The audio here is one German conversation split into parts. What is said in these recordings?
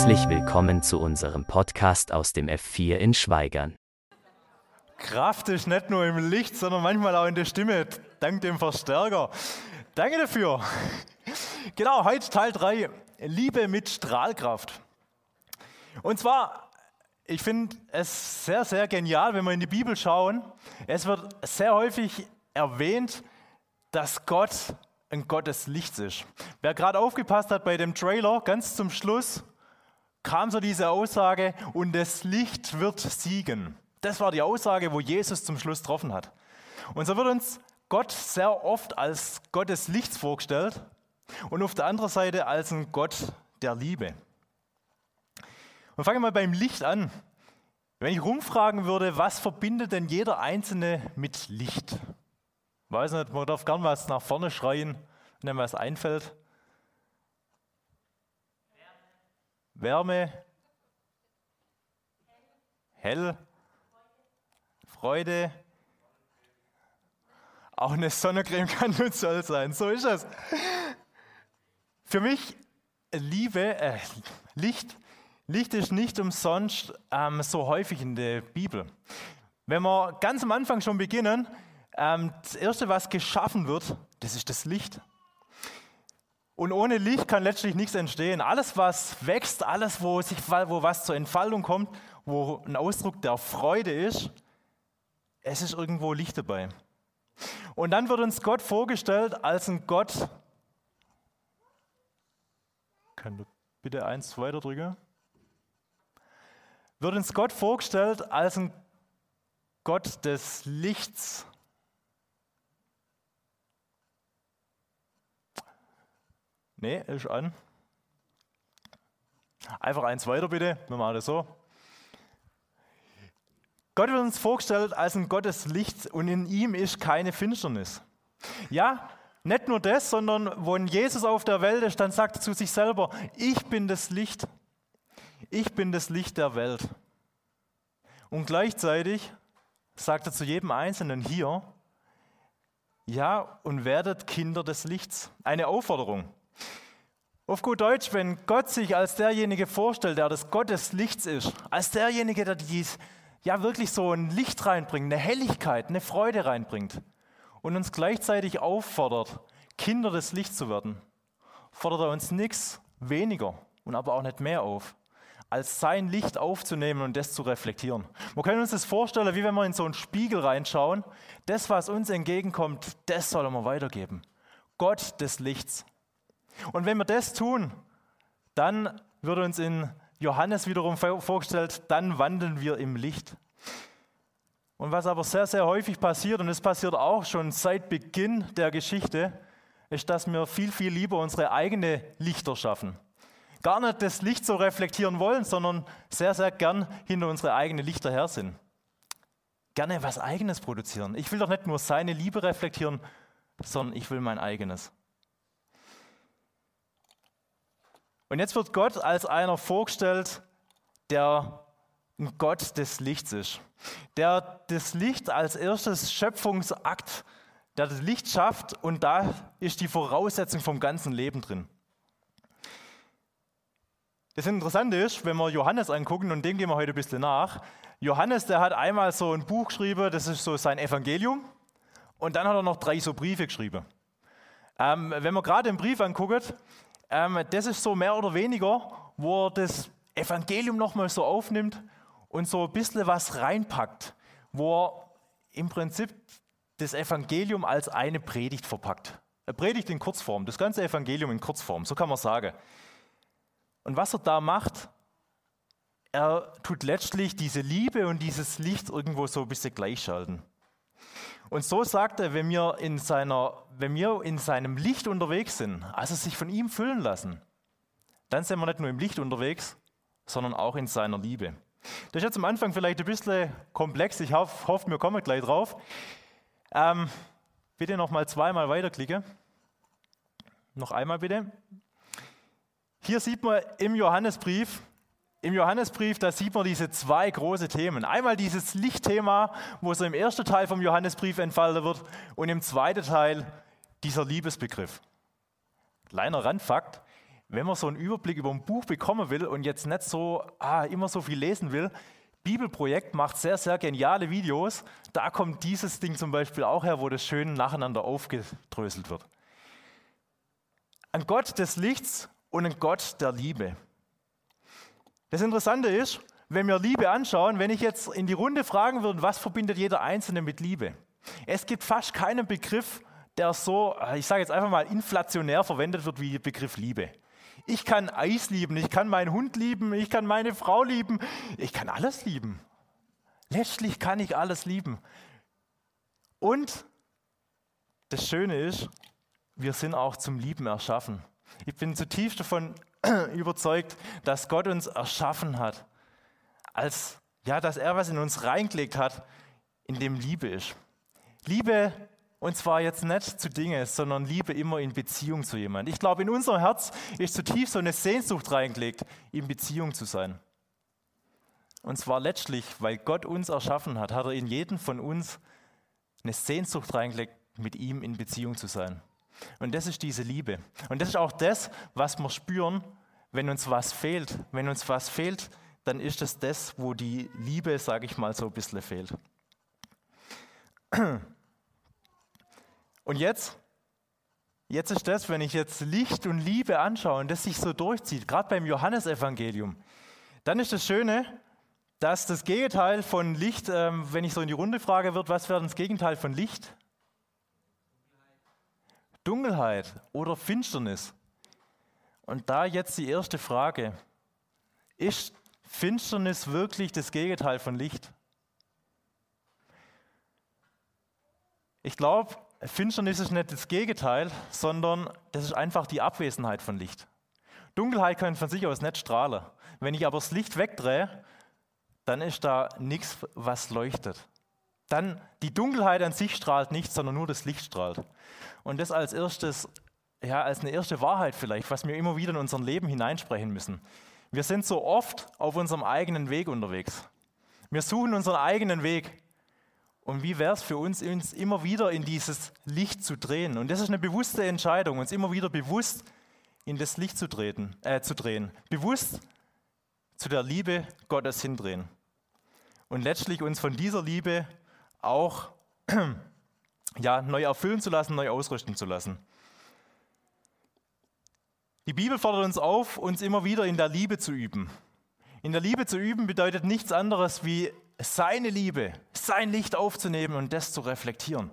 Herzlich willkommen zu unserem Podcast aus dem F4 in Schweigern. Kraft ist nicht nur im Licht, sondern manchmal auch in der Stimme, dank dem Verstärker. Danke dafür. Genau, heute Teil 3, Liebe mit Strahlkraft. Und zwar, ich finde es sehr, sehr genial, wenn wir in die Bibel schauen. Es wird sehr häufig erwähnt, dass Gott ein Gott des Lichts ist. Wer gerade aufgepasst hat bei dem Trailer, ganz zum Schluss kam so diese Aussage, und das Licht wird siegen. Das war die Aussage, wo Jesus zum Schluss getroffen hat. Und so wird uns Gott sehr oft als Gott des Lichts vorgestellt und auf der anderen Seite als ein Gott der Liebe. Und fangen wir mal beim Licht an. Wenn ich rumfragen würde, was verbindet denn jeder Einzelne mit Licht? Weiß nicht, man darf gern was nach vorne schreien, wenn einem was einfällt. Wärme, hell, Freude. Auch eine Sonnencreme kann nutzvoll sein, so ist es. Für mich Licht ist nicht umsonst so häufig in der Bibel. Wenn wir ganz am Anfang schon beginnen, das Erste, was geschaffen wird, das ist das Licht. Und ohne Licht kann letztlich nichts entstehen. Alles, was wächst, alles, wo was zur Entfaltung kommt, wo ein Ausdruck der Freude ist, es ist irgendwo Licht dabei. Und dann wird uns Gott vorgestellt als ein Gott. Kann du bitte eins weiter drücken? Wird uns Gott vorgestellt als ein Gott des Lichts. Nee, ist an. Einfach eins weiter bitte, wir machen das so. Gott wird uns vorgestellt als ein Gott des Lichts und in ihm ist keine Finsternis. Ja, nicht nur das, sondern wenn Jesus auf der Welt ist, dann sagt er zu sich selber, ich bin das Licht. Ich bin das Licht der Welt. Und gleichzeitig sagt er zu jedem Einzelnen hier, ja, und werdet Kinder des Lichts. Eine Aufforderung. Auf gut Deutsch, wenn Gott sich als derjenige vorstellt, der das Gott des Lichts ist, als derjenige, der wirklich so ein Licht reinbringt, eine Helligkeit, eine Freude reinbringt und uns gleichzeitig auffordert, Kinder des Lichts zu werden, fordert er uns nichts weniger und aber auch nicht mehr auf, als sein Licht aufzunehmen und das zu reflektieren. Wir können uns das vorstellen, wie wenn wir in so einen Spiegel reinschauen. Das, was uns entgegenkommt, das sollen wir weitergeben. Gott des Lichts. Und wenn wir das tun, dann wird uns in Johannes wiederum vorgestellt, dann wandeln wir im Licht. Und was aber sehr, sehr häufig passiert, und es passiert auch schon seit Beginn der Geschichte, ist, dass wir viel, viel lieber unsere eigene Lichter schaffen. Gar nicht das Licht so reflektieren wollen, sondern sehr, sehr gern hinter unsere eigenen Lichter her sind. Gerne was Eigenes produzieren. Ich will doch nicht nur seine Liebe reflektieren, sondern ich will mein eigenes. Und jetzt wird Gott als einer vorgestellt, der ein Gott des Lichts ist. Der das Licht als erstes Schöpfungsakt, der das Licht schafft und da ist die Voraussetzung vom ganzen Leben drin. Das Interessante ist, wenn wir Johannes angucken, und dem gehen wir heute ein bisschen nach. Johannes, der hat einmal so ein Buch geschrieben, das ist so sein Evangelium. Und dann hat er noch 3 so Briefe geschrieben. Wenn man gerade den Brief anguckt, das ist so mehr oder weniger, wo er das Evangelium nochmal so aufnimmt und so ein bisschen was reinpackt, wo er im Prinzip das Evangelium als eine Predigt verpackt. Eine Predigt in Kurzform, das ganze Evangelium in Kurzform, so kann man sagen. Und was er da macht, er tut letztlich diese Liebe und dieses Licht irgendwo so ein bisschen gleichschalten. Und so sagt er, wenn wir in seinem Licht unterwegs sind, also sich von ihm füllen lassen, dann sind wir nicht nur im Licht unterwegs, sondern auch in seiner Liebe. Das ist jetzt am Anfang vielleicht ein bisschen komplex, ich hoffe, wir kommen gleich drauf. Bitte noch mal 2-mal weiterklicken. Noch einmal bitte. Hier sieht man im Johannesbrief, da sieht man diese 2 große Themen. Einmal dieses Lichtthema, wo so im ersten Teil vom Johannesbrief entfaltet wird, und im zweiten Teil dieser Liebesbegriff. Kleiner Randfakt, wenn man so einen Überblick über ein Buch bekommen will und jetzt nicht so immer so viel lesen will, Bibelprojekt macht sehr, sehr geniale Videos. Da kommt dieses Ding zum Beispiel auch her, wo das schön nacheinander aufgedröselt wird. Ein Gott des Lichts und ein Gott der Liebe. Das Interessante ist, wenn wir Liebe anschauen, wenn ich jetzt in die Runde fragen würde, was verbindet jeder Einzelne mit Liebe? Es gibt fast keinen Begriff, der so, ich sage jetzt einfach mal, inflationär verwendet wird wie der Begriff Liebe. Ich kann Eis lieben, ich kann meinen Hund lieben, ich kann meine Frau lieben, ich kann alles lieben. Letztlich kann ich alles lieben. Und das Schöne ist, wir sind auch zum Lieben erschaffen. Ich bin zutiefst davon überzeugt, dass Gott uns erschaffen hat, dass er was in uns reingelegt hat, in dem Liebe ist. Liebe, und zwar jetzt nicht zu Dingen, sondern Liebe immer in Beziehung zu jemandem. Ich glaube, in unserem Herz ist zutiefst so eine Sehnsucht reingelegt, in Beziehung zu sein. Und zwar letztlich, weil Gott uns erschaffen hat, hat er in jeden von uns eine Sehnsucht reingelegt, mit ihm in Beziehung zu sein. Und das ist diese Liebe. Und das ist auch das, was wir spüren, wenn uns was fehlt. Wenn uns was fehlt, dann ist es das, wo die Liebe, sage ich mal, so ein bisschen fehlt. Und jetzt ist das, wenn ich jetzt Licht und Liebe anschaue und das sich so durchzieht, gerade beim Johannesevangelium, dann ist das Schöne, dass das Gegenteil von Licht, wenn ich so in die Runde frage, wird, was wäre das Gegenteil von Licht? Dunkelheit oder Finsternis. Und da jetzt die erste Frage, ist Finsternis wirklich das Gegenteil von Licht? Ich glaube, Finsternis ist nicht das Gegenteil, sondern das ist einfach die Abwesenheit von Licht. Dunkelheit kann von sich aus nicht strahlen. Wenn ich aber das Licht wegdrehe, dann ist da nichts, was leuchtet. Dann die Dunkelheit an sich strahlt nicht, sondern nur das Licht strahlt. Und das als erstes, als eine erste Wahrheit vielleicht, was wir immer wieder in unser Leben hineinsprechen müssen. Wir sind so oft auf unserem eigenen Weg unterwegs. Wir suchen unseren eigenen Weg. Und wie wäre es für uns immer wieder in dieses Licht zu drehen? Und das ist eine bewusste Entscheidung, uns immer wieder bewusst in das Licht zu drehen. Bewusst zu der Liebe Gottes hindrehen. Und letztlich uns von dieser Liebe auch neu erfüllen zu lassen, neu ausrüsten zu lassen. Die Bibel fordert uns auf, uns immer wieder in der Liebe zu üben. In der Liebe zu üben bedeutet nichts anderes wie seine Liebe, sein Licht aufzunehmen und das zu reflektieren.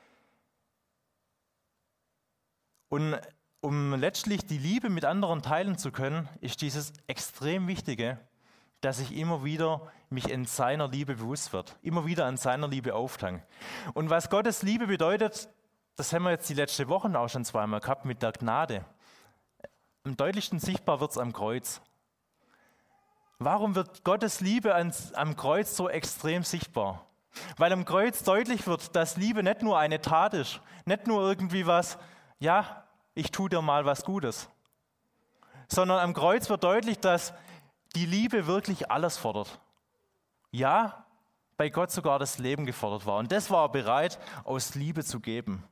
Und um letztlich die Liebe mit anderen teilen zu können, ist dieses extrem Wichtige, dass ich immer wieder mich in seiner Liebe bewusst werde, immer wieder an seiner Liebe auftanke. Und was Gottes Liebe bedeutet, das haben wir jetzt die letzten Wochen auch schon zweimal gehabt mit der Gnade. Am deutlichsten sichtbar wird es am Kreuz. Warum wird Gottes Liebe am Kreuz so extrem sichtbar? Weil am Kreuz deutlich wird, dass Liebe nicht nur eine Tat ist, nicht nur irgendwie was, ich tue dir mal was Gutes, sondern am Kreuz wird deutlich, dass die Liebe wirklich alles fordert. Ja, bei Gott sogar das Leben gefordert war. Und das war er bereit, aus Liebe zu geben.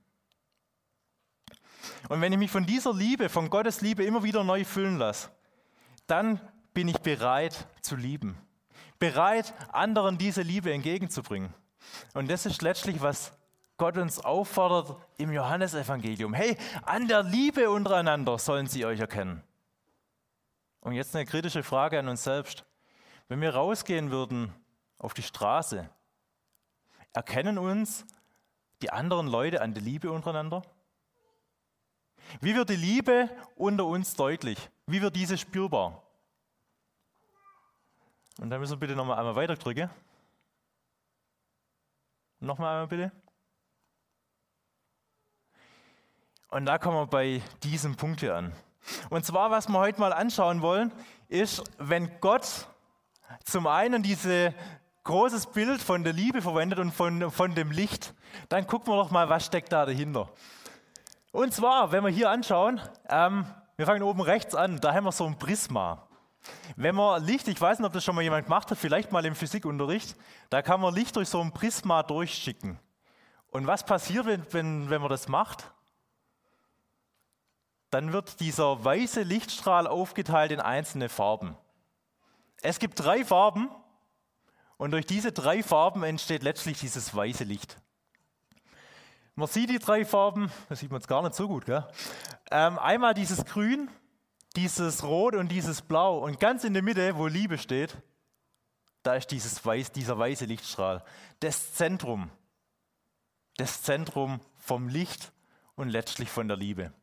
Und wenn ich mich von dieser Liebe, von Gottes Liebe immer wieder neu füllen lasse, dann bin ich bereit zu lieben. Bereit, anderen diese Liebe entgegenzubringen. Und das ist letztlich, was Gott uns auffordert im Johannesevangelium. Hey, an der Liebe untereinander sollen sie euch erkennen. Und jetzt eine kritische Frage an uns selbst. Wenn wir rausgehen würden auf die Straße, erkennen uns die anderen Leute an der Liebe untereinander? Wie wird die Liebe unter uns deutlich? Wie wird diese spürbar? Und dann müssen wir bitte nochmal einmal weiterdrücken. Nochmal einmal bitte. Und da kommen wir bei diesem Punkt hier an. Und zwar, was wir heute mal anschauen wollen, ist, wenn Gott zum einen dieses großes Bild von der Liebe verwendet und von dem Licht, dann gucken wir doch mal, was steckt da dahinter. Und zwar, wenn wir hier anschauen, wir fangen oben rechts an, da haben wir so ein Prisma. Wenn man Licht, ich weiß nicht, ob das schon mal jemand gemacht hat, vielleicht mal im Physikunterricht, da kann man Licht durch so ein Prisma durchschicken. Und was passiert, wenn man das macht? dann wird dieser weiße Lichtstrahl aufgeteilt in einzelne Farben. Es gibt 3 Farben und durch diese 3 Farben entsteht letztlich dieses weiße Licht. Man sieht die 3 Farben, das sieht man jetzt gar nicht so gut, gell? Einmal dieses Grün, dieses Rot und dieses Blau. Und ganz in der Mitte, wo Liebe steht, da ist dieser weiße Lichtstrahl. Das Zentrum vom Licht und letztlich von der Liebe.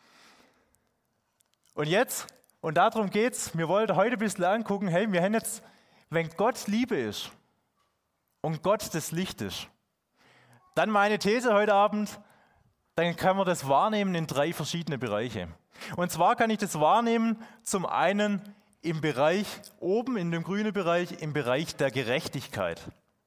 Und jetzt, und darum geht's, wir wollen heute ein bisschen angucken, hey, wir haben jetzt, wenn Gott Liebe ist und Gott das Licht ist, dann meine These heute Abend, dann kann man das wahrnehmen in 3 verschiedene Bereiche. Und zwar kann ich das wahrnehmen, zum einen im Bereich, oben in dem grünen Bereich, im Bereich der Gerechtigkeit.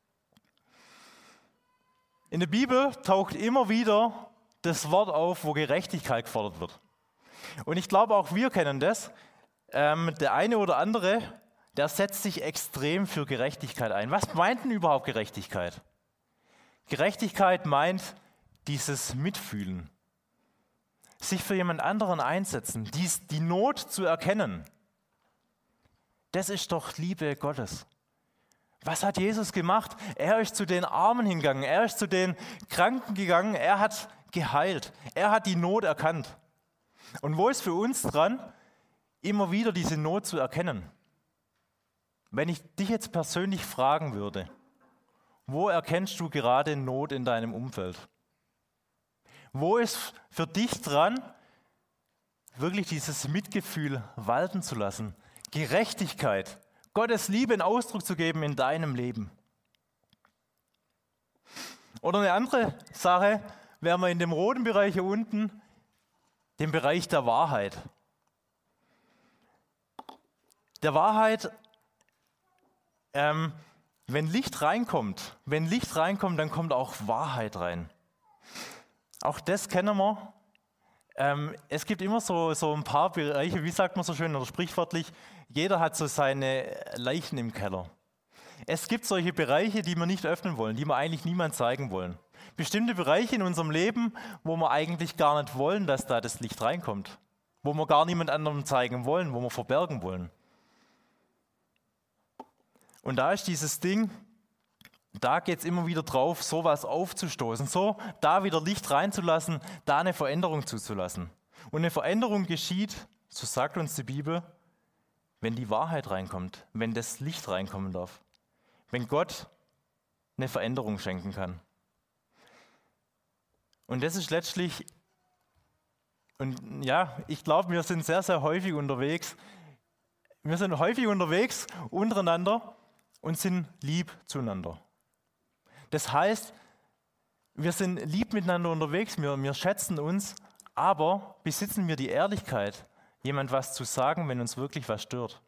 In der Bibel taucht immer wieder das Wort auf, wo Gerechtigkeit gefordert wird. Und ich glaube, auch wir kennen das. Der eine oder andere, der setzt sich extrem für Gerechtigkeit ein. Was meint denn überhaupt Gerechtigkeit? Gerechtigkeit meint dieses Mitfühlen, sich für jemand anderen einsetzen, die Not zu erkennen. Das ist doch Liebe Gottes. Was hat Jesus gemacht? Er ist zu den Armen hingegangen, er ist zu den Kranken gegangen, er hat geheilt, er hat die Not erkannt. Und wo ist für uns dran, immer wieder diese Not zu erkennen? Wenn ich dich jetzt persönlich fragen würde, wo erkennst du gerade Not in deinem Umfeld? Wo ist für dich dran, wirklich dieses Mitgefühl walten zu lassen? Gerechtigkeit, Gottes Liebe in Ausdruck zu geben in deinem Leben. Oder eine andere Sache, wären wir in dem roten Bereich hier unten, dem Bereich der Wahrheit. Der Wahrheit, wenn Licht reinkommt, dann kommt auch Wahrheit rein. Auch das kennen wir. Es gibt immer so ein paar Bereiche, wie sagt man so schön oder sprichwörtlich, jeder hat so seine Leichen im Keller. Es gibt solche Bereiche, die wir nicht öffnen wollen, die wir eigentlich niemand zeigen wollen. Bestimmte Bereiche in unserem Leben, wo wir eigentlich gar nicht wollen, dass da das Licht reinkommt. Wo wir gar niemand anderem zeigen wollen, wo wir verbergen wollen. Und da ist dieses Ding, da geht es immer wieder drauf, sowas aufzustoßen, so da wieder Licht reinzulassen, da eine Veränderung zuzulassen. Und eine Veränderung geschieht, so sagt uns die Bibel, wenn die Wahrheit reinkommt, wenn das Licht reinkommen darf, wenn Gott eine Veränderung schenken kann. Und das ist letztlich, und ja, ich glaube, wir sind sehr, sehr häufig unterwegs. Wir sind häufig unterwegs untereinander und sind lieb zueinander. Das heißt, wir sind lieb miteinander unterwegs, wir schätzen uns, aber besitzen wir die Ehrlichkeit, jemand was zu sagen, wenn uns wirklich was stört.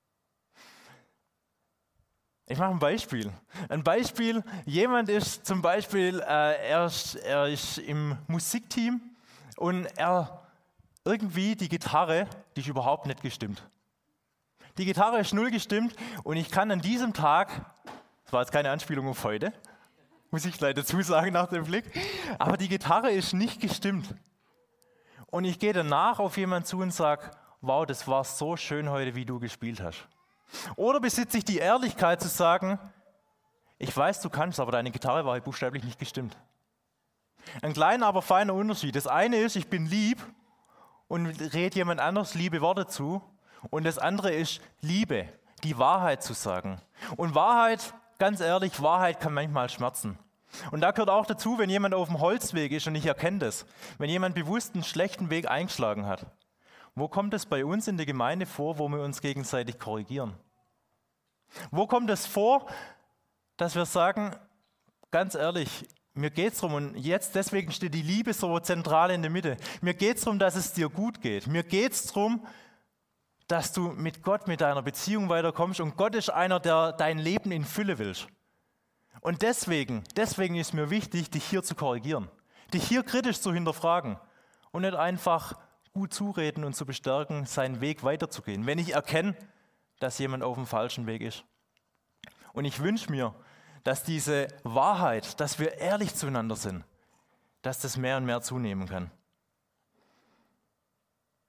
Ich mache ein Beispiel. Jemand ist zum Beispiel, er ist im Musikteam und irgendwie die Gitarre, die ist überhaupt nicht gestimmt. Die Gitarre ist 0 gestimmt und ich kann an diesem Tag, das war jetzt keine Anspielung auf heute, muss ich gleich dazu sagen nach dem Blick, aber die Gitarre ist nicht gestimmt. Und ich gehe danach auf jemanden zu und sage, wow, das war so schön heute, wie du gespielt hast. Oder besitze ich die Ehrlichkeit zu sagen, ich weiß, du kannst, aber deine Gitarre war buchstäblich nicht gestimmt. Ein kleiner, aber feiner Unterschied. Das eine ist, ich bin lieb und rede jemand anders liebe Worte zu. Und das andere ist Liebe, die Wahrheit zu sagen. Und Wahrheit, ganz ehrlich, Wahrheit kann manchmal schmerzen. Und da gehört auch dazu, wenn jemand auf dem Holzweg ist und ich erkenne das, wenn jemand bewusst einen schlechten Weg eingeschlagen hat. Wo kommt es bei uns in der Gemeinde vor, wo wir uns gegenseitig korrigieren? Wo kommt es vor, dass wir sagen, ganz ehrlich, mir geht es darum, und jetzt deswegen steht die Liebe so zentral in der Mitte, mir geht es darum, dass es dir gut geht. Mir geht es darum, dass du mit Gott, mit deiner Beziehung weiterkommst und Gott ist einer, der dein Leben in Fülle will. Und deswegen ist mir wichtig, dich hier zu korrigieren, dich hier kritisch zu hinterfragen und nicht einfach gut zureden und zu bestärken, seinen Weg weiterzugehen, wenn ich erkenne, dass jemand auf dem falschen Weg ist. Und ich wünsche mir, dass diese Wahrheit, dass wir ehrlich zueinander sind, dass das mehr und mehr zunehmen kann.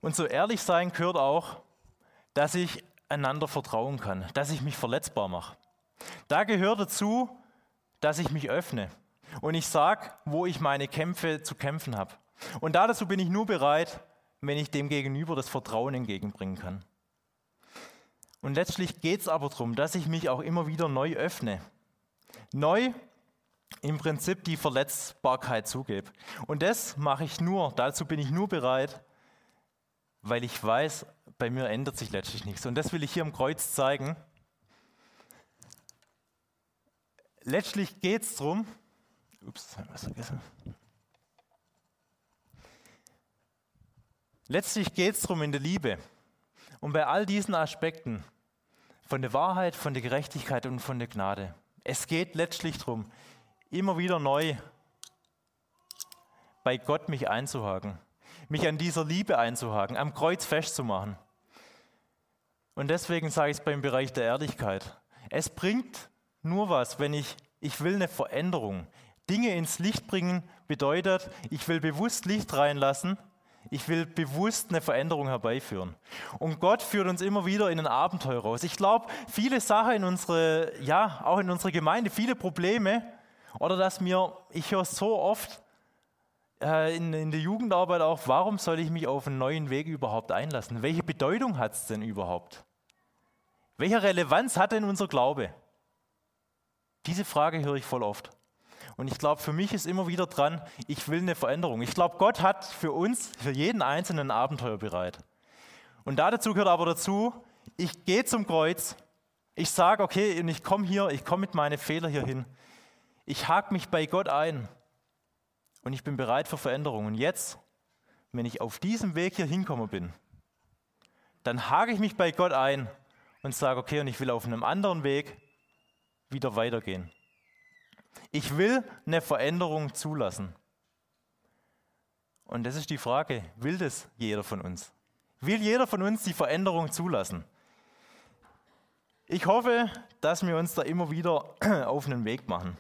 Und so ehrlich sein gehört auch, dass ich einander vertrauen kann, dass ich mich verletzbar mache. Da gehört dazu, dass ich mich öffne und ich sage, wo ich meine Kämpfe zu kämpfen habe. Und dazu bin ich nur bereit, wenn ich dem Gegenüber das Vertrauen entgegenbringen kann. Und letztlich geht es aber darum, dass ich mich auch immer wieder neu öffne. Neu im Prinzip die Verletzbarkeit zugebe. Und das mache ich nur, dazu bin ich nur bereit, weil ich weiß, bei mir ändert sich letztlich nichts. Und das will ich hier am Kreuz zeigen. Letztlich geht es darum, letztlich geht es darum in der Liebe. Und bei all diesen Aspekten von der Wahrheit, von der Gerechtigkeit und von der Gnade. Es geht letztlich darum, immer wieder neu bei Gott mich einzuhaken, mich an dieser Liebe einzuhaken, am Kreuz festzumachen. Und deswegen sage ich es beim Bereich der Ehrlichkeit. Es bringt nur was, wenn ich will eine Veränderung. Dinge ins Licht bringen bedeutet, ich will bewusst Licht reinlassen, ich will bewusst eine Veränderung herbeiführen. Und Gott führt uns immer wieder in ein Abenteuer raus. Ich glaube, viele Sachen auch in unserer Gemeinde, viele Probleme, oder ich höre so oft in der Jugendarbeit auch, warum soll ich mich auf einen neuen Weg überhaupt einlassen? Welche Bedeutung hat es denn überhaupt? Welche Relevanz hat denn unser Glaube? Diese Frage höre ich voll oft. Und ich glaube, für mich ist immer wieder dran, ich will eine Veränderung. Ich glaube, Gott hat für uns, für jeden Einzelnen ein Abenteuer bereit. Und dazu gehört aber dazu, ich gehe zum Kreuz, ich sage, okay, und ich komme mit meinen Fehlern hier hin. Ich hake mich bei Gott ein und ich bin bereit für Veränderung. Und jetzt, wenn ich auf diesem Weg hier hingekommen bin, dann hake ich mich bei Gott ein und sage, okay, und ich will auf einem anderen Weg wieder weitergehen. Ich will eine Veränderung zulassen. Und das ist die Frage, will das jeder von uns? Will jeder von uns die Veränderung zulassen? Ich hoffe, dass wir uns da immer wieder auf einen Weg machen.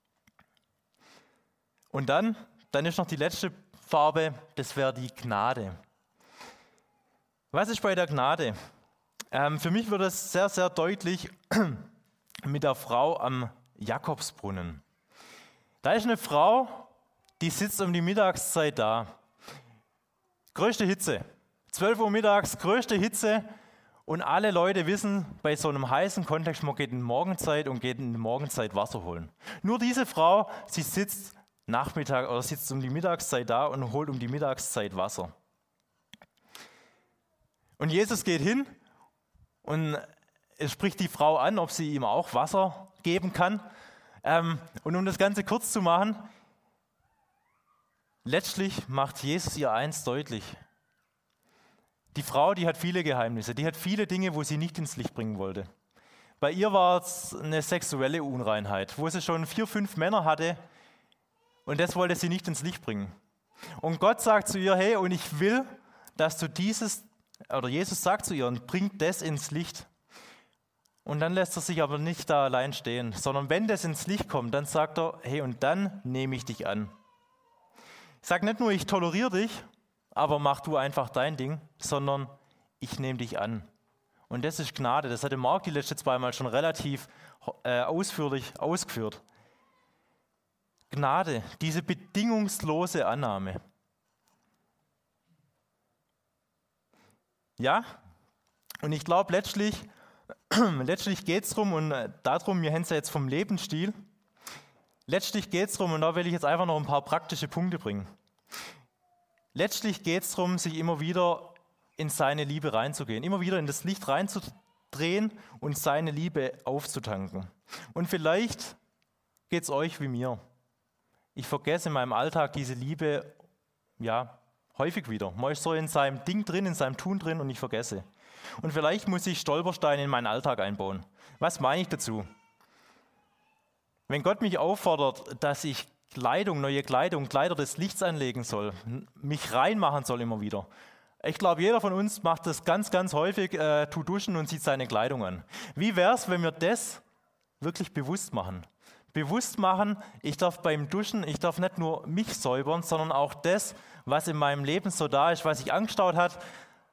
Und dann ist noch die letzte Farbe, das wäre die Gnade. Was ist bei der Gnade? Für mich wird es sehr, sehr deutlich mit der Frau am Jakobsbrunnen. Da ist eine Frau, die sitzt um die Mittagszeit da. Größte Hitze. 12 Uhr mittags, größte Hitze. Und alle Leute wissen, bei so einem heißen Kontext, man geht in die Morgenzeit und geht in die Morgenzeit Wasser holen. Nur diese Frau, sie sitzt um die Mittagszeit da und holt um die Mittagszeit Wasser. Und Jesus geht hin und es spricht die Frau an, ob sie ihm auch Wasser geben kann. Und um das Ganze kurz zu machen, letztlich macht Jesus ihr eins deutlich. Die Frau, die hat viele Geheimnisse, die hat viele Dinge, wo sie nicht ins Licht bringen wollte. Bei ihr war es eine sexuelle Unreinheit, wo sie schon 4, 5 Männer hatte und das wollte sie nicht ins Licht bringen. Und Gott sagt zu ihr, hey, und ich will, dass du Jesus sagt zu ihr und bringt das ins Licht. Und dann lässt er sich aber nicht da allein stehen, sondern wenn das ins Licht kommt, dann sagt er, hey, und dann nehme ich dich an. Ich sage nicht nur, ich toleriere dich, aber mach du einfach dein Ding, sondern ich nehme dich an. Und das ist Gnade, das hatte Marc die letzten 2 Mal schon relativ ausführlich ausgeführt. Gnade, diese bedingungslose Annahme. Ja, und ich glaube letztlich geht es darum, und darum, wir haben es ja jetzt vom Lebensstil, letztlich geht es darum, und da will ich jetzt einfach noch ein paar praktische Punkte bringen. Letztlich geht es darum, sich immer wieder in seine Liebe reinzugehen, immer wieder in das Licht reinzudrehen und seine Liebe aufzutanken. Und vielleicht geht es euch wie mir. Ich vergesse in meinem Alltag diese Liebe, häufig wieder. Man ist so in seinem Ding drin, in seinem Tun drin und ich vergesse. Und vielleicht muss ich Stolpersteine in meinen Alltag einbauen. Was meine ich dazu? Wenn Gott mich auffordert, dass ich neue Kleidung, Kleider des Lichts anlegen soll, mich reinmachen soll immer wieder. Ich glaube, jeder von uns macht das ganz, ganz häufig, tut duschen und zieht seine Kleidung an. Wie wäre es, wenn wir das wirklich bewusst machen? Bewusst machen, ich darf beim Duschen, ich darf nicht nur mich säubern, sondern auch das, was in meinem Leben so da ist, was sich angestaut hat,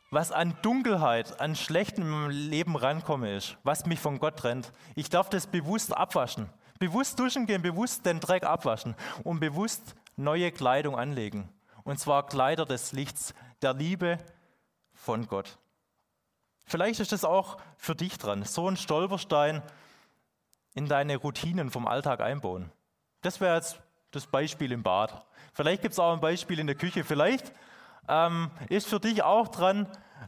was an Dunkelheit, an Schlechtem in meinem Leben rankomme ist, was mich von Gott trennt. Ich darf das bewusst abwaschen. Bewusst duschen gehen, bewusst den Dreck abwaschen und bewusst neue Kleidung anlegen. Und zwar Kleider des Lichts, der Liebe von Gott. Vielleicht ist das auch für dich dran, so einen Stolperstein in deine Routinen vom Alltag einbauen. Das wäre jetzt das Beispiel im Bad. Vielleicht gibt es auch ein Beispiel in der Küche. Vielleicht ist für dich auch dran,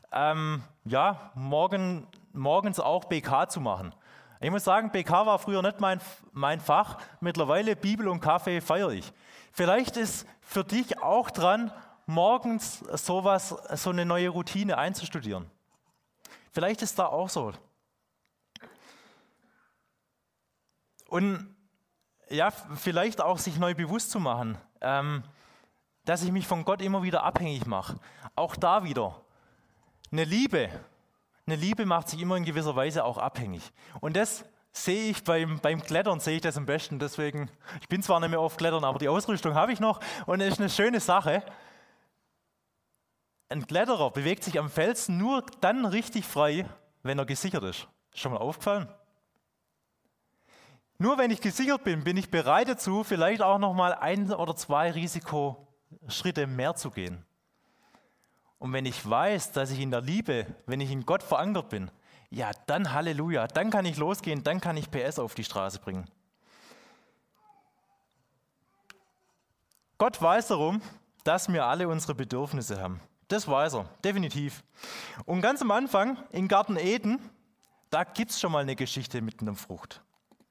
morgens auch BK zu machen. Ich muss sagen, BK war früher nicht mein Fach. Mittlerweile Bibel und Kaffee feiere ich. Vielleicht ist für dich auch dran, morgens so eine neue Routine einzustudieren. Vielleicht ist da auch so. Und ja, vielleicht auch sich neu bewusst zu machen, dass ich mich von Gott immer wieder abhängig mache. Auch da wieder. Eine Liebe macht sich immer in gewisser Weise auch abhängig. Und das sehe ich beim Klettern, sehe ich das am besten. Deswegen, ich bin zwar nicht mehr auf Klettern, aber die Ausrüstung habe ich noch und es ist eine schöne Sache. Ein Kletterer bewegt sich am Felsen nur dann richtig frei, wenn er gesichert ist. Ist schon mal aufgefallen? Nur wenn ich gesichert bin, bin ich bereit dazu, vielleicht auch noch mal 1 oder 2 Risikoschritte mehr zu gehen. Und wenn ich weiß, dass ich in der Liebe, wenn ich in Gott verankert bin, ja, dann Halleluja, dann kann ich losgehen, dann kann ich PS auf die Straße bringen. Gott weiß darum, dass wir alle unsere Bedürfnisse haben. Das weiß er, definitiv. Und ganz am Anfang, im Garten Eden, da gibt es schon mal eine Geschichte mit einer Frucht.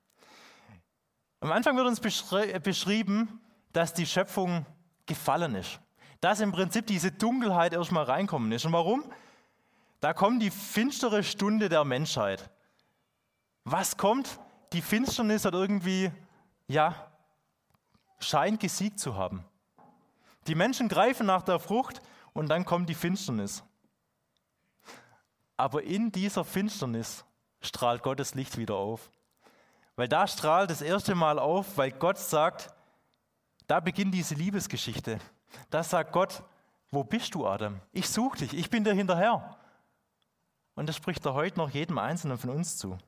Am Anfang wird uns beschrieben, dass die Schöpfung gefallen ist. Dass im Prinzip diese Dunkelheit erstmal reinkommen ist. Und warum? Da kommt die finstere Stunde der Menschheit. Was kommt? Die Finsternis hat irgendwie, scheint gesiegt zu haben. Die Menschen greifen nach der Frucht und dann kommt die Finsternis. Aber in dieser Finsternis strahlt Gottes Licht wieder auf. Weil da strahlt das erste Mal auf, weil Gott sagt, da beginnt diese Liebesgeschichte. Da sagt Gott, wo bist du, Adam? Ich suche dich, ich bin dir hinterher. Und das spricht er heute noch jedem Einzelnen von uns zu.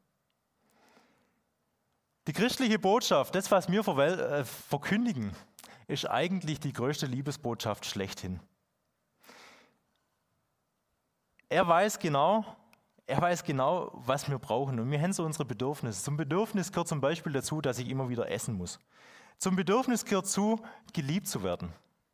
Die christliche Botschaft, das, was wir verkündigen, ist eigentlich die größte Liebesbotschaft schlechthin. Er weiß genau, was wir brauchen und wir haben so unsere Bedürfnisse. Zum Bedürfnis gehört zum Beispiel dazu, dass ich immer wieder essen muss. Zum Bedürfnis gehört zu, geliebt zu werden.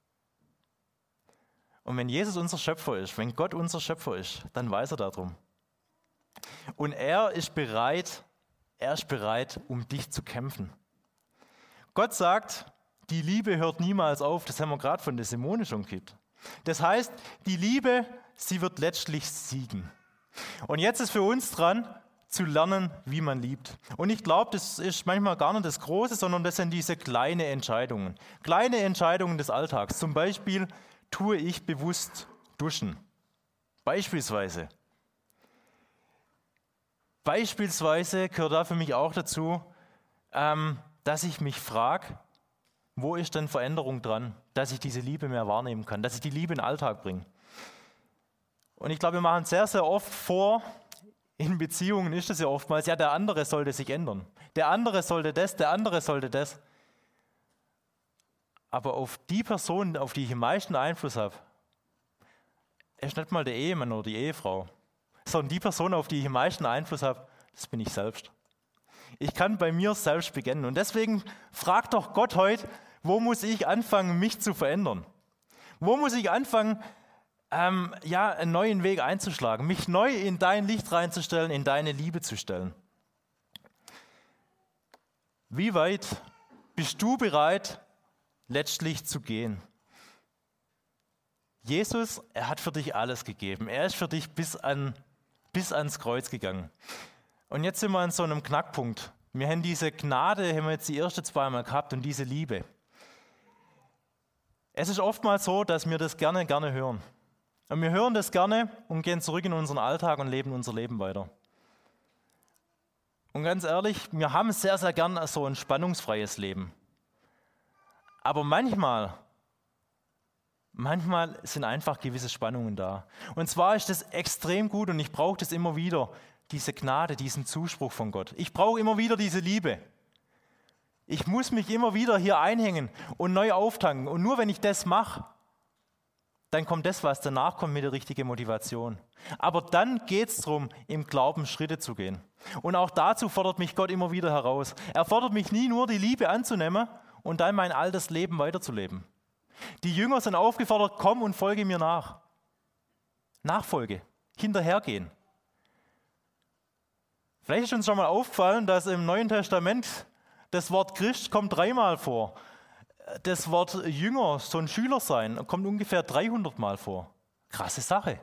Und wenn Jesus unser Schöpfer ist, wenn Gott unser Schöpfer ist, dann weiß er darum. Und er ist bereit, um dich zu kämpfen. Gott sagt, die Liebe hört niemals auf. Das haben wir gerade von der Simone schon gehört. Das heißt, die Liebe, sie wird letztlich siegen. Und jetzt ist für uns dran, zu lernen, wie man liebt. Und ich glaube, das ist manchmal gar nicht das Große, sondern das sind diese kleinen Entscheidungen. Kleine Entscheidungen des Alltags. Zum Beispiel, tue ich bewusst duschen? Beispielsweise gehört da für mich auch dazu, dass ich mich frage, wo ist denn Veränderung dran, dass ich diese Liebe mehr wahrnehmen kann, dass ich die Liebe in den Alltag bringe. Und ich glaube, wir machen sehr, sehr oft vor, in Beziehungen ist es ja oftmals, ja, der andere sollte sich ändern. Der andere sollte das, der andere sollte das. Aber auf die Person, auf die ich am meisten Einfluss habe, ist nicht mal der Ehemann oder die Ehefrau, sondern die Person, auf die ich am meisten Einfluss habe, das bin ich selbst. Ich kann bei mir selbst beginnen. Und deswegen fragt doch Gott heute, wo muss ich anfangen, mich zu verändern? Wo muss ich anfangen, einen neuen Weg einzuschlagen, mich neu in dein Licht reinzustellen, in deine Liebe zu stellen? Wie weit bist du bereit, letztlich zu gehen? Jesus, er hat für dich alles gegeben. Er ist für dich bis ans Kreuz gegangen. Und jetzt sind wir an so einem Knackpunkt. Wir haben diese Gnade, haben wir jetzt die ersten 2 Mal gehabt und diese Liebe. Es ist oftmals so, dass wir das gerne hören. Und wir hören das gerne und gehen zurück in unseren Alltag und leben unser Leben weiter. Und ganz ehrlich, wir haben sehr, sehr gern so ein spannungsfreies Leben. Aber manchmal manchmal sind einfach gewisse Spannungen da. Und zwar ist es extrem gut und ich brauche das immer wieder, diese Gnade, diesen Zuspruch von Gott. Ich brauche immer wieder diese Liebe. Ich muss mich immer wieder hier einhängen und neu auftanken. Und nur wenn ich das mache, dann kommt das, was danach kommt, mit der richtigen Motivation. Aber dann geht es darum, im Glauben Schritte zu gehen. Und auch dazu fordert mich Gott immer wieder heraus. Er fordert mich nie nur, die Liebe anzunehmen und dann mein altes Leben weiterzuleben. Die Jünger sind aufgefordert, komm und folge mir nach. Nachfolge, hinterhergehen. Vielleicht ist uns schon mal aufgefallen, dass im Neuen Testament das Wort Christ kommt 3-mal vor. Das Wort Jünger, so ein Schüler sein, kommt ungefähr 300 Mal vor. Krasse Sache.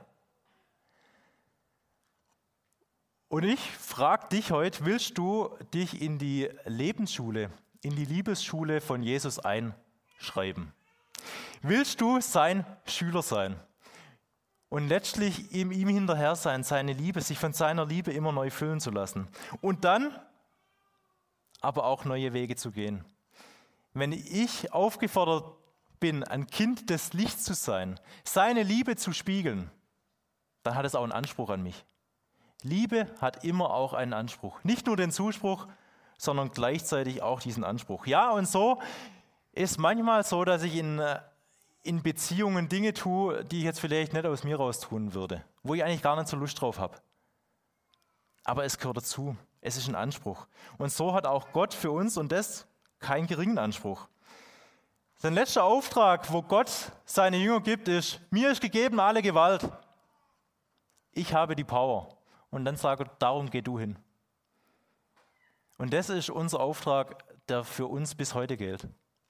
Und ich frage dich heute, willst du dich in die Lebensschule, in die Liebesschule von Jesus einschreiben? Willst du sein Schüler sein und letztlich ihm hinterher sein, seine Liebe, sich von seiner Liebe immer neu füllen zu lassen und dann aber auch neue Wege zu gehen? Wenn ich aufgefordert bin, ein Kind des Lichts zu sein, seine Liebe zu spiegeln, dann hat es auch einen Anspruch an mich. Liebe hat immer auch einen Anspruch. Nicht nur den Zuspruch, sondern gleichzeitig auch diesen Anspruch. Ja, und so ist manchmal so, dass ich in Beziehungen Dinge tue, die ich jetzt vielleicht nicht aus mir raus tun würde, wo ich eigentlich gar nicht so Lust drauf habe. Aber es gehört dazu. Es ist ein Anspruch. Und so hat auch Gott für uns und das keinen geringen Anspruch. Sein letzter Auftrag, wo Gott seine Jünger gibt, ist, mir ist gegeben alle Gewalt. Ich habe die Power. Und dann sagt er, darum geh du hin. Und das ist unser Auftrag, der für uns bis heute gilt.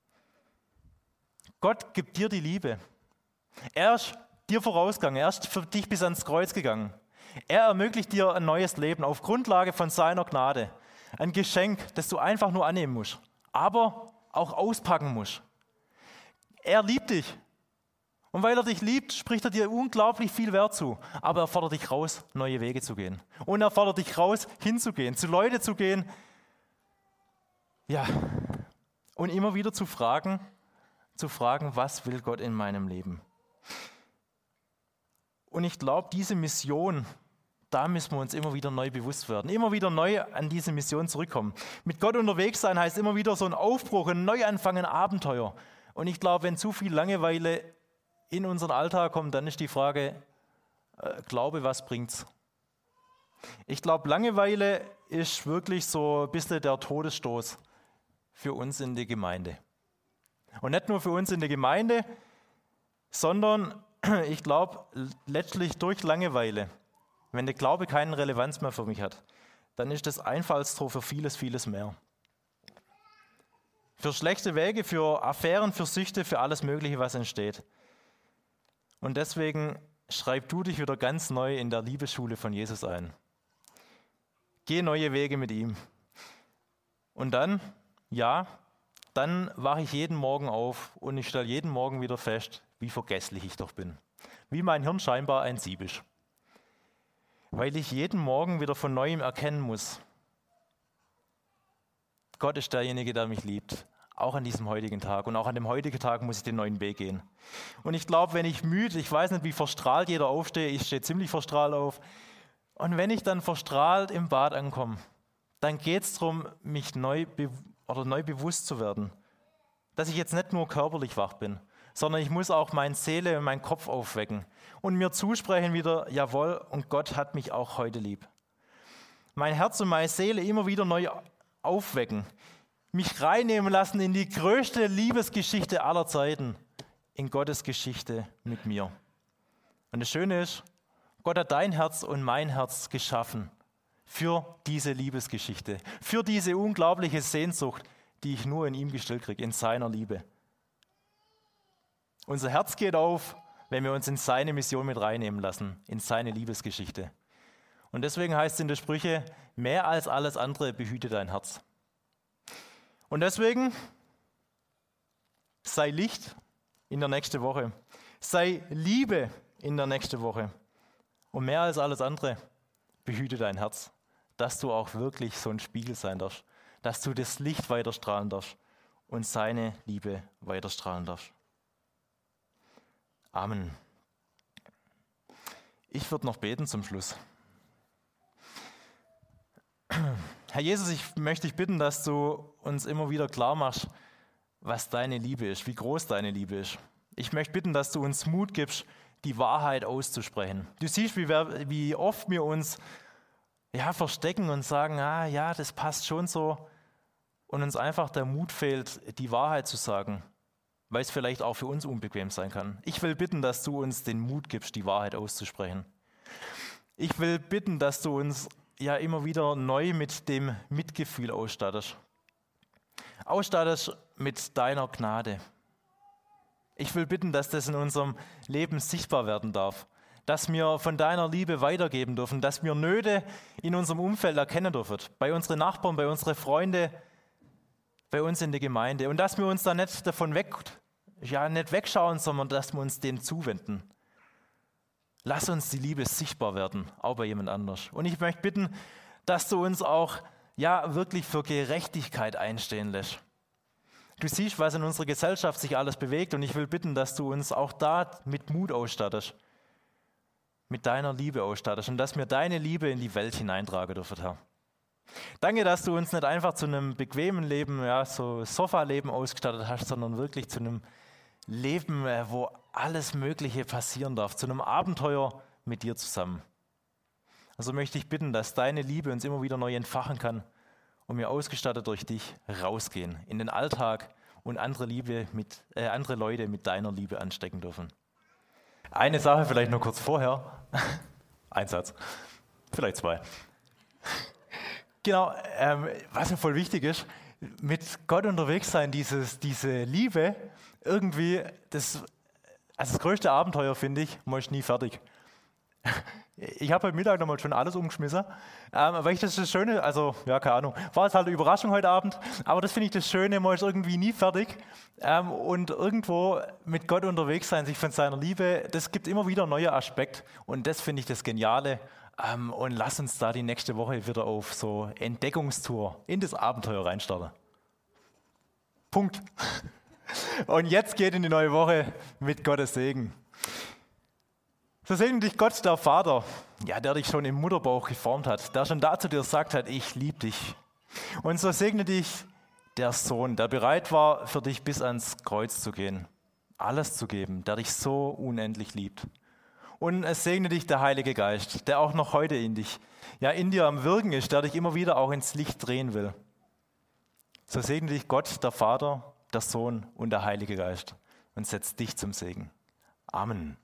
Gott gibt dir die Liebe. Er ist dir vorausgegangen. Er ist für dich bis ans Kreuz gegangen. Er ermöglicht dir ein neues Leben auf Grundlage von seiner Gnade. Ein Geschenk, das du einfach nur annehmen musst, aber auch auspacken musst. Er liebt dich. Und weil er dich liebt, spricht er dir unglaublich viel Wert zu. Aber er fordert dich raus, neue Wege zu gehen. Und er fordert dich raus, hinzugehen, zu Leuten zu gehen. Ja, und immer wieder zu fragen, was will Gott in meinem Leben? Und ich glaube, diese Mission, da müssen wir uns immer wieder neu bewusst werden. Immer wieder neu an diese Mission zurückkommen. Mit Gott unterwegs sein heißt immer wieder so ein Aufbruch, ein Neuanfang, ein Abenteuer. Und ich glaube, wenn zu viel Langeweile in unseren Alltag kommt, dann ist die Frage, Glaube, was bringt's? Ich glaube, Langeweile ist wirklich so ein bisschen der Todesstoß für uns in die Gemeinde. Und nicht nur für uns in der Gemeinde, sondern ich glaube, letztlich durch Langeweile, wenn der Glaube keine Relevanz mehr für mich hat, dann ist das Einfallstor für vieles, vieles mehr. Für schlechte Wege, für Affären, für Süchte, für alles Mögliche, was entsteht. Und deswegen schreib du dich wieder ganz neu in der Liebesschule von Jesus ein. Geh neue Wege mit ihm. Und dann, ja, dann wache ich jeden Morgen auf und ich stelle jeden Morgen wieder fest, wie vergesslich ich doch bin. Wie mein Hirn scheinbar ein Sieb ist. Weil ich jeden Morgen wieder von Neuem erkennen muss, Gott ist derjenige, der mich liebt. Auch an diesem heutigen Tag. Und auch an dem heutigen Tag muss ich den neuen Weg gehen. Und ich glaube, wenn ich müde, ich weiß nicht, wie verstrahlt jeder aufsteht, ich stehe ziemlich verstrahlt auf. Und wenn ich dann verstrahlt im Bad ankomme, dann geht es darum, mich neu bewusst zu werden. Dass ich jetzt nicht nur körperlich wach bin, sondern ich muss auch meine Seele und meinen Kopf aufwecken und mir zusprechen wieder, jawohl, und Gott hat mich auch heute lieb. Mein Herz und meine Seele immer wieder neu aufwecken, mich reinnehmen lassen in die größte Liebesgeschichte aller Zeiten, in Gottes Geschichte mit mir. Und das Schöne ist, Gott hat dein Herz und mein Herz geschaffen für diese Liebesgeschichte, für diese unglaubliche Sehnsucht, die ich nur in ihm gestillt kriege, in seiner Liebe. Unser Herz geht auf, wenn wir uns in seine Mission mit reinnehmen lassen, in seine Liebesgeschichte. Und deswegen heißt es in der Sprüche, mehr als alles andere behüte dein Herz. Und deswegen sei Licht in der nächsten Woche, sei Liebe in der nächsten Woche. Und mehr als alles andere behüte dein Herz, dass du auch wirklich so ein Spiegel sein darfst, dass du das Licht weiterstrahlen darfst und seine Liebe weiterstrahlen darfst. Amen. Ich würde noch beten zum Schluss. Herr Jesus, ich möchte dich bitten, dass du uns immer wieder klar machst, was deine Liebe ist, wie groß deine Liebe ist. Ich möchte bitten, dass du uns Mut gibst, die Wahrheit auszusprechen. Du siehst, wie oft wir uns verstecken und sagen, ja, das passt schon so, und uns einfach der Mut fehlt, die Wahrheit zu sagen, weil es vielleicht auch für uns unbequem sein kann. Ich will bitten, dass du uns den Mut gibst, die Wahrheit auszusprechen. Ich will bitten, dass du uns immer wieder neu mit dem Mitgefühl ausstattest. Ausstattest mit deiner Gnade. Ich will bitten, dass das in unserem Leben sichtbar werden darf. Dass wir von deiner Liebe weitergeben dürfen. Dass wir Nöte in unserem Umfeld erkennen dürfen. Bei unseren Nachbarn, bei unseren Freunden, bei uns in der Gemeinde. Und dass wir uns da nicht davon nicht wegschauen, sondern dass wir uns dem zuwenden. Lass uns die Liebe sichtbar werden, auch bei jemand anders. Und ich möchte bitten, dass du uns auch wirklich für Gerechtigkeit einstehen lässt. Du siehst, was in unserer Gesellschaft sich alles bewegt, und ich will bitten, dass du uns auch da mit Mut ausstattest, mit deiner Liebe ausstattest und dass wir deine Liebe in die Welt hineintragen dürfen, Herr. Danke, dass du uns nicht einfach zu einem bequemen Leben, so Sofa-Leben ausgestattet hast, sondern wirklich zu einem Leben, wo alles Mögliche passieren darf, zu einem Abenteuer mit dir zusammen. Also möchte ich bitten, dass deine Liebe uns immer wieder neu entfachen kann und wir ausgestattet durch dich rausgehen in den Alltag und andere Leute mit deiner Liebe anstecken dürfen. Eine Sache vielleicht noch kurz vorher. Ein Satz, vielleicht zwei. Genau, was mir voll wichtig ist, mit Gott unterwegs sein, diese Liebe, irgendwie, das größte Abenteuer, finde ich, man ist nie fertig. Ich habe heute Mittag nochmal schon alles umgeschmissen, weil ich das Schöne, keine Ahnung, war es halt eine Überraschung heute Abend, aber das finde ich das Schöne, man ist irgendwie nie fertig und irgendwo mit Gott unterwegs sein, sich von seiner Liebe, das gibt immer wieder neue Aspekte und das finde ich das Geniale. Und lass uns da die nächste Woche wieder auf so Entdeckungstour in das Abenteuer reinstarten. Punkt. Und jetzt geht in die neue Woche mit Gottes Segen. So segne dich Gott, der Vater, der dich schon im Mutterbauch geformt hat, der schon da zu dir gesagt hat, ich liebe dich. Und so segne dich der Sohn, der bereit war, für dich bis ans Kreuz zu gehen, alles zu geben, der dich so unendlich liebt. Und es segne dich der Heilige Geist, der auch noch heute in dir am Wirken ist, der dich immer wieder auch ins Licht drehen will. So segne dich Gott, der Vater, der Sohn und der Heilige Geist und setzt dich zum Segen. Amen.